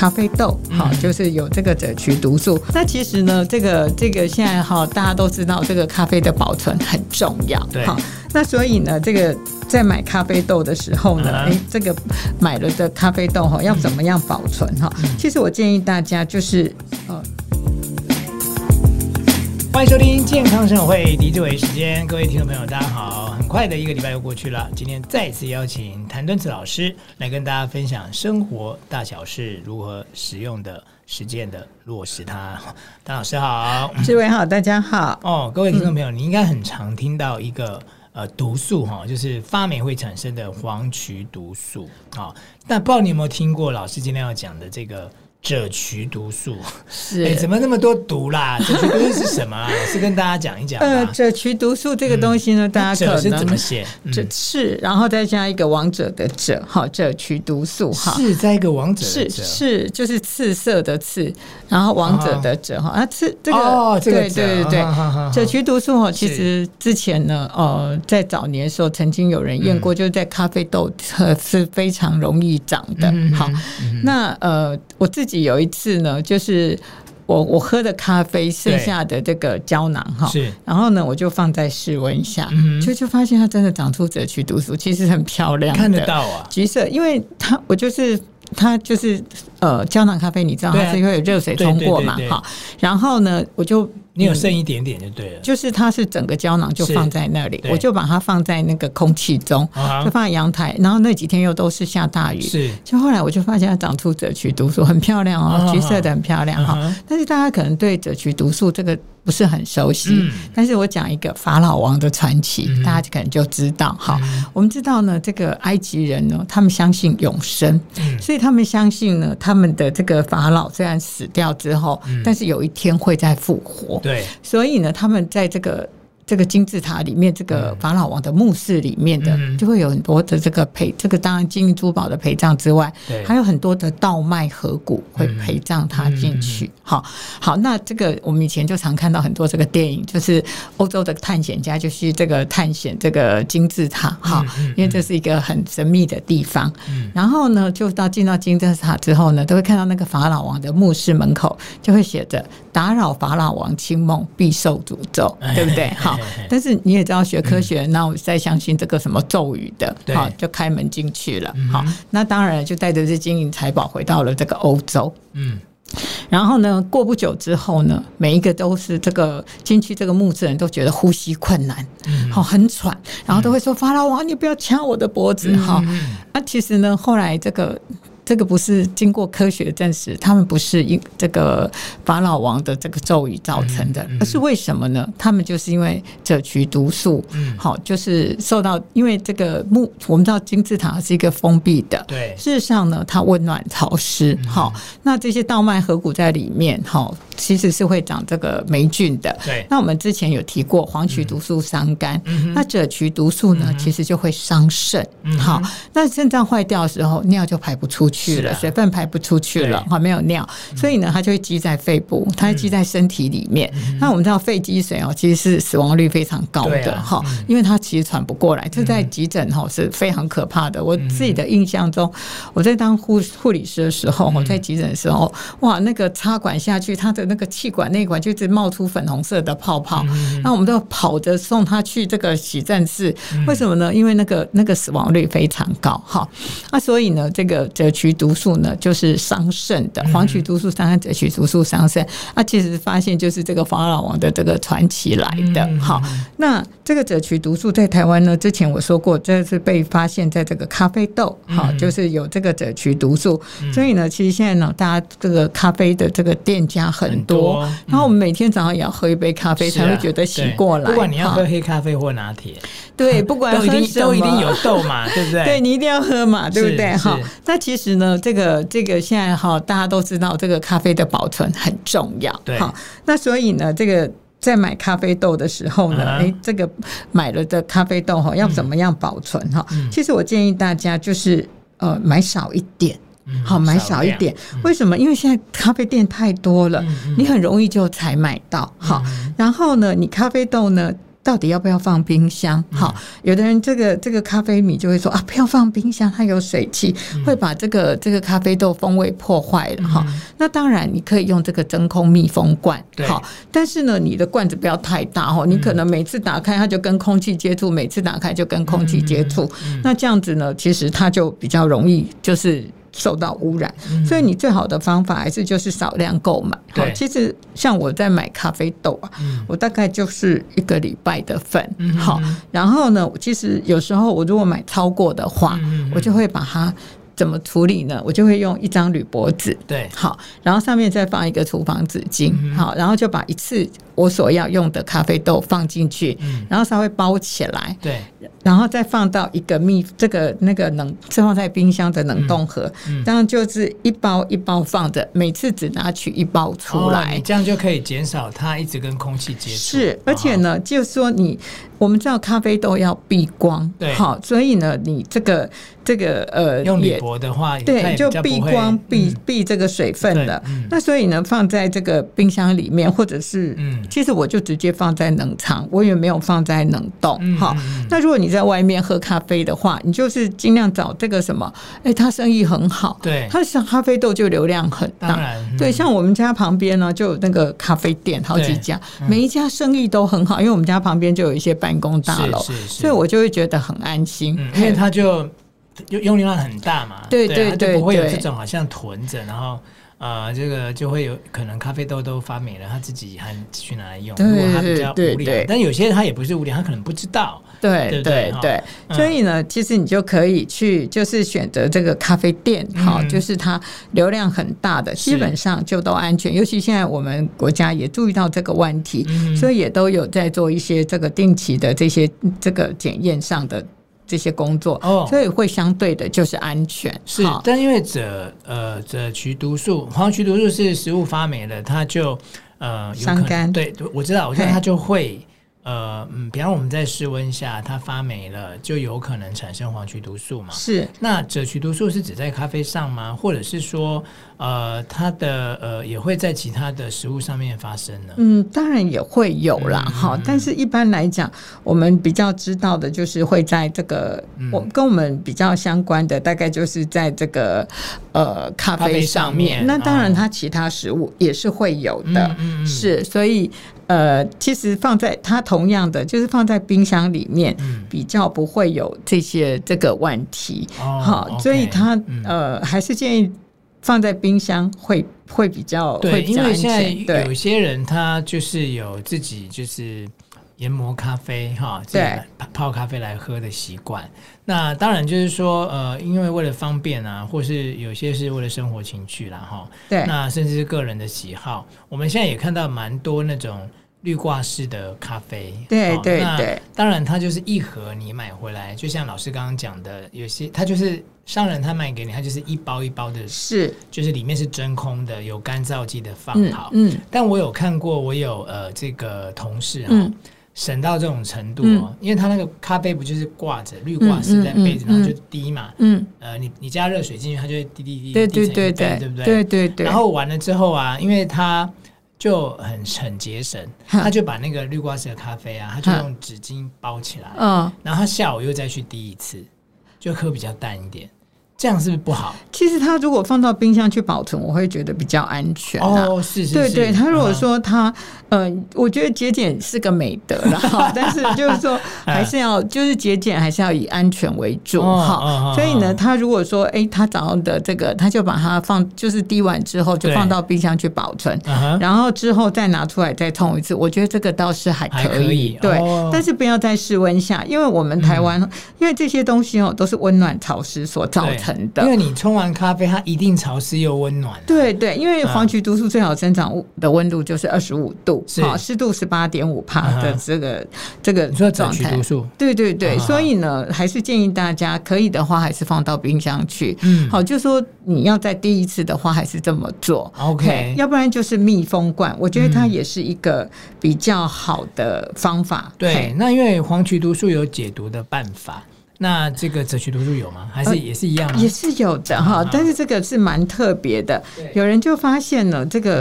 咖啡豆，就是有这个赭曲毒素。那其实呢，这个现在大家都知道，这个咖啡的保存很重要。 对。 那所以呢，这个在买咖啡豆的时候呢，这个买了的咖啡豆要怎么样保存其实我建议大家就是欢迎收听健康生活会狄志为时间，各位听众朋友大家好，很快的一个礼拜又过去了，今天再次邀请谭敦慈老师来跟大家分享生活大小事如何实用的实践的落实它。谭老师好。 志为好，大家好。 各位听众朋友，你应该很常听到一个毒素就是发霉会产生的黄曲毒素但不知道你有没有听过老师今天要讲的这个赭曲毒素？ 是怎么那么多毒啦？赭曲毒素是什么老师跟大家讲一讲吧。 赭曲毒素这个东西呢，大家可能是怎么写？ 是，然后再加一个王者的者，赭曲毒素是再一个王者的者， 是就是赤色的赤，然后王者的者这个对赭曲毒素其实之前呢在早年的时候曾经有人验过，就是在咖啡豆是非常容易长的。那我自己有一次呢，就是我喝的咖啡剩下的这个胶囊然后呢我就放在室温下，就发现它真的长出赭曲毒素，其实很漂亮的， 看得到啊， 橘色，因为它就是胶囊咖啡，你知道它是会有热水冲过嘛，然后呢你有剩一点点就对了， 就是它是整个胶囊就放在那里，我就把它放在那个空气中，就放在阳台，然后那几天又都是下大雨，就后来我就发现它长出赭曲毒素，很漂亮橘色的很漂亮但是大家可能对赭曲毒素这个不是很熟悉，但是我讲一个法老王的传奇，大家可能就知道我们知道呢，这个埃及人呢，他们相信永生，所以他们相信呢，他们的这个法老虽然死掉之后，但是有一天会再复活。 对， 所以呢，他们在这个金字塔里面，这个法老王的墓室里面的，就会有很多的这个当然金银珠宝的陪葬之外，还有很多的稻麦禾谷会陪葬它进去。好，那这个我们以前就常看到很多这个电影，就是欧洲的探险家就去这个探险这个金字塔，因为这是一个很神秘的地方。然后呢，就进到金字塔之后呢，都会看到那个法老王的墓室门口就会写着“打扰法老王清梦，必受诅咒”，对不对？好。但是你也知道学科学，那我再相信这个什么咒语的，就开门进去了。好，那当然就带着这金银财宝回到了这个欧洲。然后呢，过不久之后呢，每一个都是这个进去这个墓室人都觉得呼吸困难，很喘，然后都会说：“法老王，你不要掐我的脖子。”其实呢，后来这个不是经过科学证实，他们不是这个法老王的这个咒语造成的，而是为什么呢？他们就是因为赭曲毒素，就是受到，因为这个我们知道金字塔是一个封闭的，对，事实上呢，它温暖潮湿，那这些稻麦禾谷在里面，其实是会长这个霉菌的。对，那我们之前有提过，黄曲毒素伤肝，那赭曲毒素呢，其实就会伤肾。那肾脏坏掉的时候，尿就排不出去了，水分排不出去了，没有尿，所以呢，它就会积在肺部，它会积在身体里面。那我们知道肺积水其实是死亡率非常高的，因为它其实喘不过来，这在急诊是非常可怕的。我自己的印象中，我在当护理师的时候，我在急诊的时候，哇，那个插管下去，它的那个气管内管就一直冒出粉红色的泡泡，那我们都跑着送他去这个洗肾室。为什么呢？因为那个死亡率非常高。所以呢，这个赭曲毒素呢，就是伤肾的，黄曲毒素伤肝，赭曲毒素伤肾。其实发现就是这个法老王的这个传奇来的。那这个赭曲毒素在台湾呢，之前我说过，这是被发现在这个咖啡豆，就是有这个赭曲毒素。所以呢，其实现在呢，大家这个咖啡的这个店家很多，然后我们每天早上也要喝一杯咖啡，才会觉得醒过来。 不管你要喝黑咖啡或拿铁， 对，不管喝什么都一定有豆嘛，对不对？ 对，你一定要喝嘛，对不对？那其实呢，这个现在大家都知道，这个咖啡的保存很重要。对，那所以呢，这个在买咖啡豆的时候呢，这个买了的咖啡豆要怎么样保存其实我建议大家就是买少一点。买少一点。为什么？因为现在咖啡店太多了，你很容易就才买到。然后呢，你咖啡豆呢， 到底要不要放冰箱？好，有的人这个咖啡迷就会说啊，不要放冰箱，它有水汽，会把这个咖啡豆风味破坏了哈。那当然你可以用这个真空密封罐，好，但是呢，你的罐子不要太大哈，你可能每次打开它就跟空气接触，每次打开就跟空气接触，那这样子呢，其实它就比较容易就是受到污染，所以你最好的方法还是就是少量购买。好，其实像我在买咖啡豆啊，我大概就是1个礼拜的份。好，然后呢，其实有时候我如果买超过的话，我就会把它怎么处理呢？我就会用一张铝箔纸， 对， 好，然后上面再放一个厨房纸巾，好，然后就把一次我所要用的咖啡豆放进去，然后稍微包起来， 对， 然后再放到一个再放在冰箱的冷冻盒，当然就是一包一包放着，每次只拿取1包出来， 你这样就可以减少它一直跟空气接触。 是，而且呢，就是说我们知道咖啡豆要避光， 对， 好，所以呢，你这个用铝箔的话， 对，就避光避这个水分的。那所以呢，放在这个冰箱里面，或者是其实我就直接放在冷藏，我也没有放在冷冻。好，那如果你在外面喝咖啡的话，你就是尽量找这个什么，他生意很好， 对， 他咖啡豆就流量很大。 当然， 对，像我们家旁边呢，就有那个咖啡店好几家，每一家生意都很好，因为我们家旁边就有一些办公大楼，所以我就会觉得很安心， 因为它就用量很大嘛， 对， 它就不会有这种好像囤着，然后这个就会有可能咖啡豆都发霉了，他自己还继续拿来用，如果他比较无聊，但有些他也不是无聊，他可能不知道，对， 所以呢，其实你就可以去就是选择这个咖啡店，好，就是它流量很大的，基本上就都安全。尤其现在我们国家也注意到这个问题，所以也都有在做一些这个定期的这个检验上的这些工作，所以会相对的就是安全。 是，但因为赭曲毒素、黄曲毒素是食物发霉了，它就伤肝。 对，我知道它就会比方我们在室温下它发霉了，就有可能产生黄曲毒素嘛。 是， 那赭曲毒素是指在咖啡上吗？或者是说它的也会在其他的食物上面发生呢？ 当然也会有啦，但是一般来讲，我们比较知道的就是会在这个跟我们比较相关的，大概就是在这个咖啡上面。那当然，它其他食物也是会有的，是，所以其实放在它同样的，就是放在冰箱里面，比较不会有这个问题。好，所以它还是建议放在冰箱会比较对，因为现在有一些人他就是有自己就是研磨咖啡自己泡咖啡来喝的习惯。那当然就是说因为为了方便啊，或是有些是为了生活情趣啦对， 那甚至是个人的喜好，我们现在也看到蛮多那种滤挂式的咖啡， 对， 当然它就是一盒你买回来，就像老师刚刚讲的，有些它就是商人他卖给你，它就是一包一包的， 是， 就是里面是真空的，有干燥剂的放好。但我有看过，我有这个同事省到这种程度因为他那个咖啡不就是挂着滤挂式在杯子，然后就滴嘛，你加热水进去，它就会滴滴滴，滴成一杯，对不对？对。然后完了之后啊，因为它就很节省，他就把那个滤挂式的咖啡他就用纸巾包起来，然后他下午又再去滴一次，就喝比较淡一点。这样是不是不好？ 其实它如果放到冰箱去保存，我会觉得比较安全是， 对，它如果说它我觉得节俭是个美德啦但是就是说还是要就是节俭还是要以安全为主所以呢，他如果说他早上的这个他就把它就是滴完之后就放到冰箱去保存，然后之后再拿出来再冲一次，我觉得这个倒是还可以，对，但是不要在室温下，因为我们台湾因为这些东西都是温暖潮湿所造成的， 因为你冲完咖啡它一定潮湿又温暖对，因为黄曲毒素最好生长的温度就是25度，湿度18.5% 的这个你说赭曲毒素， 对，所以呢还是建议大家可以的话还是放到冰箱去，好，就说你要在第一次的话还是这么做 OK， 要不然就是密封罐，我觉得它也是一个比较好的方法。 对，那因为黄曲毒素有解毒的办法，那这个赭曲毒素有吗？还是也是一样吗？ 也是有的但是这个是蛮特别的。有人就发现了这个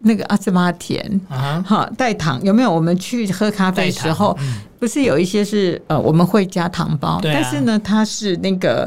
那个阿斯巴甜好代糖，有没有？我们去喝咖啡的时候，不是有一些是我们会加糖包，但是呢，它是那个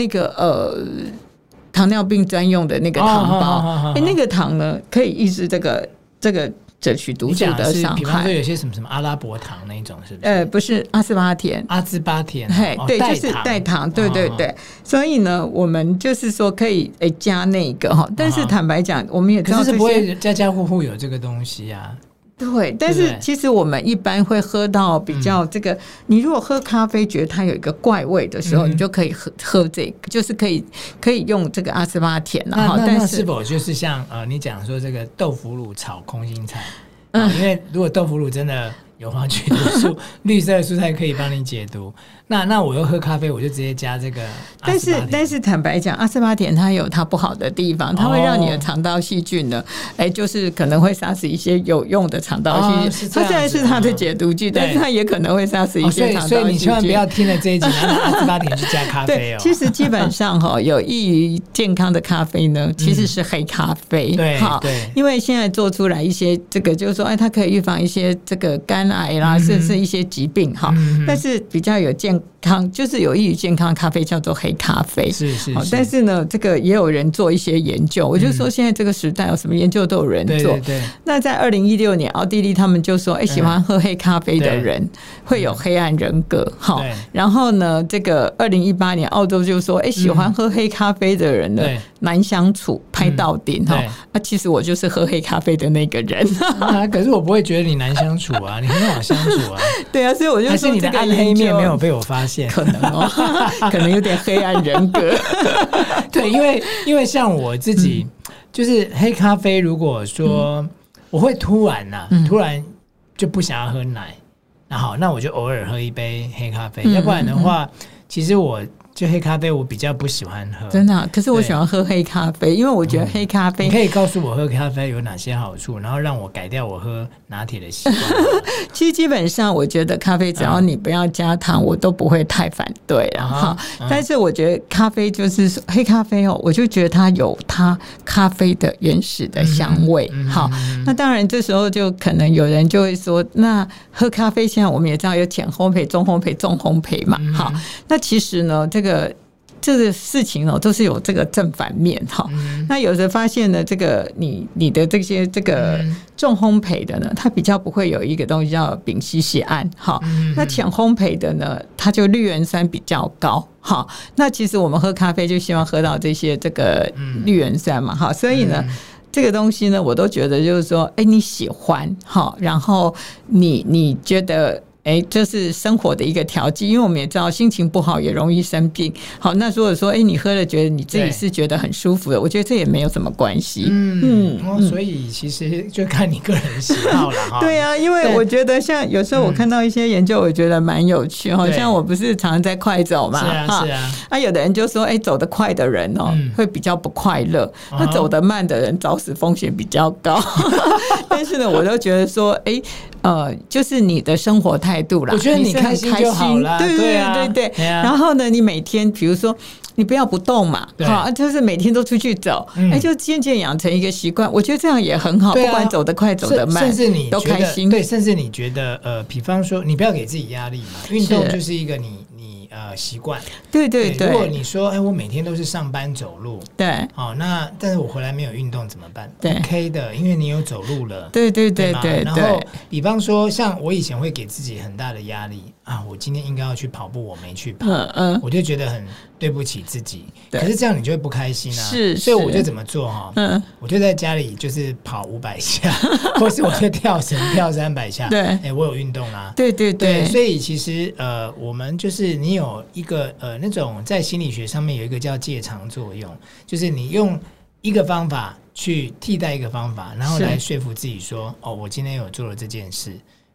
糖尿病专用的那个糖包，那个糖呢可以抑制这个摄取毒素的伤害。 比方说有些什么阿拉伯糖那一种，是不是？ 不是阿斯巴甜，对，就是代糖，对对对。所以呢，我们就是说可以加那个哈，但是坦白讲，我们也知道可是不会家家户户有这个东西啊。 对，但是其实我们一般会喝到比较这个，你如果喝咖啡觉得它有一个怪味的时候，你就可以喝这个，就是可以用这个阿斯巴甜。 那是否就是像你讲说这个豆腐乳炒空心菜？因为如果豆腐乳真的有化学毒素，绿色的蔬菜可以帮你解毒。那我又喝咖啡，我就直接加这个阿斯巴甜。 但是坦白讲，阿斯巴甜它有它不好的地方，它会让你的肠道细菌呢，就是可能会杀死一些有用的肠道细菌。它虽然是它的解毒剂，但是它也可能会杀死一些肠道细菌。 所以你千万不要听了这一集拿阿斯巴甜去加咖啡哦。 其实基本上有益于健康的咖啡呢，其实是黑咖啡。 对， 因为现在做出来一些这个，就是说，它可以预防一些这个肝癌啦，甚至一些疾病哈。但是比较有健康，就是有益于健康的咖啡叫做黑咖啡。 是。 但是呢，这个也有人做一些研究。我就说现在这个时代有什么研究都有人做。 对。 那在2016年，奥地利他们就说，喜欢喝黑咖啡的人会有黑暗人格。好，然后呢，这个2018年，澳洲就说，喜欢喝黑咖啡的人呢难相处，拍到顶哈。其实我就是喝黑咖啡的那个人。 可是我不会觉得你难相处啊，你很好相处啊。 对啊，所以我就说，还是你的暗黑面没有被我发现， 可能可能有点黑暗人格。 对，因为像我自己，就是黑咖啡，如果说我会突然就不想要喝奶，那我就偶尔喝一杯黑咖啡，要不然的话，其实我就黑咖啡我比较不喜欢喝， 真的可是我喜欢喝黑咖啡，因为我觉得黑咖啡， 你可以告诉我喝咖啡有哪些好处，然后让我改掉我喝拿铁的习惯。 其实基本上我觉得咖啡只要你不要加糖，我都不会太反对了但是我觉得咖啡就是黑咖啡我就觉得它有它咖啡的原始的香味。好，那当然这时候就可能有人就会说，那喝咖啡现在我们也知道有浅烘焙、中烘焙、重烘焙嘛。好，那其实呢这个事情都是有这个正反面那有的发现呢，这个你的这些这个重烘焙的呢，它比较不会有一个东西叫丙烯酰胺那浅烘焙的呢，它就绿原酸比较高那其实我们喝咖啡就希望喝到这些这个绿原酸嘛所以呢这个东西呢，我都觉得就是说，你喜欢然后你觉得这是生活的一个调剂，因为我们也知道心情不好也容易生病。好，那如果说你喝了觉得你自己是觉得很舒服的，我觉得这也没有什么关系。 所以其实就看你个人喜好了对啊，因为我觉得像有时候我看到一些研究，我觉得蛮有趣像我不是常常在快走嘛， 是啊， 有的人就说，走得快的人会比较不快乐，那走得慢的人早死风险比较高。但是呢，我都觉得说，就是你的生活态度啦， 我觉得你开心就好了。 对。然后呢，你每天比如说你不要不动嘛，就是每天都出去走，就渐渐养成一个习惯。我觉得这样也很好，不管走得快走得慢， 甚至你都开心。 对，甚至你觉得比方说你不要给自己压力嘛，运动就是一个你习惯。对。如果你说我每天都是上班走路， 对， 那但是我回来没有运动怎么办？ 对 ，OK 的，因为你有走路了。 对。 然后比方说，像我以前会给自己很大的压力我今天应该要去跑步，我没去跑，我就觉得很对不起自己。可是这样你就会不开心啊。所以我就怎么做我就在家里就是跑500下，或是我就跳绳跳300下。对，我有运动啦。对，所以其实我们就是你有一个那种在心理学上面有一个叫借偿作用，就是你用一个方法去替代一个方法，然后来说服自己说我今天有做了这件事，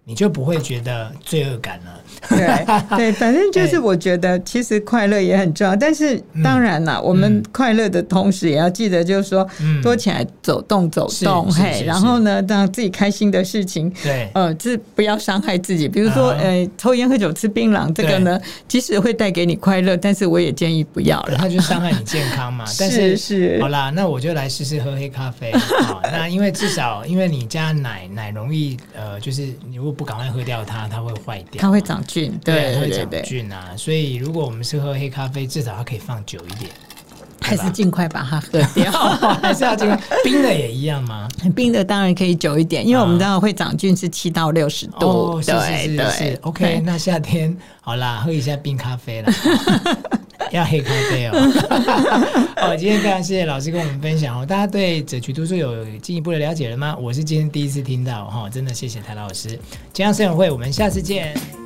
你就不会觉得罪恶感了。 对，反正就是我觉得其实快乐也很重要，但是当然啦，我们快乐的同时也要记得就是说多起来走动，然后呢让自己开心的事情，对，这不要伤害自己，比如说抽烟喝酒吃槟榔，这个呢即使会带给你快乐，但是我也建议不要了， 它就伤害你健康嘛。但是好啦，那我就来试试喝黑咖啡。那因为至少因为你加奶容易就是你如果不赶快喝掉它会坏掉， 它会长菌，对， 会长菌啊。所以如果我们是喝黑咖啡，至少它可以放久一点， 还是尽快把它喝掉。 还是要尽快。冰的也一样吗？ 冰的当然可以久一点，因为我们知道会长菌是7到60度。 是 OK。那夏天好啦，喝一下冰咖啡啦。要黑咖啡哦。今天非常谢谢老师跟我们分享哦。大家对者取读书有进一步的了解了吗？我是今天第一次听到真的谢谢谭老师。健康生活会，我们下次见。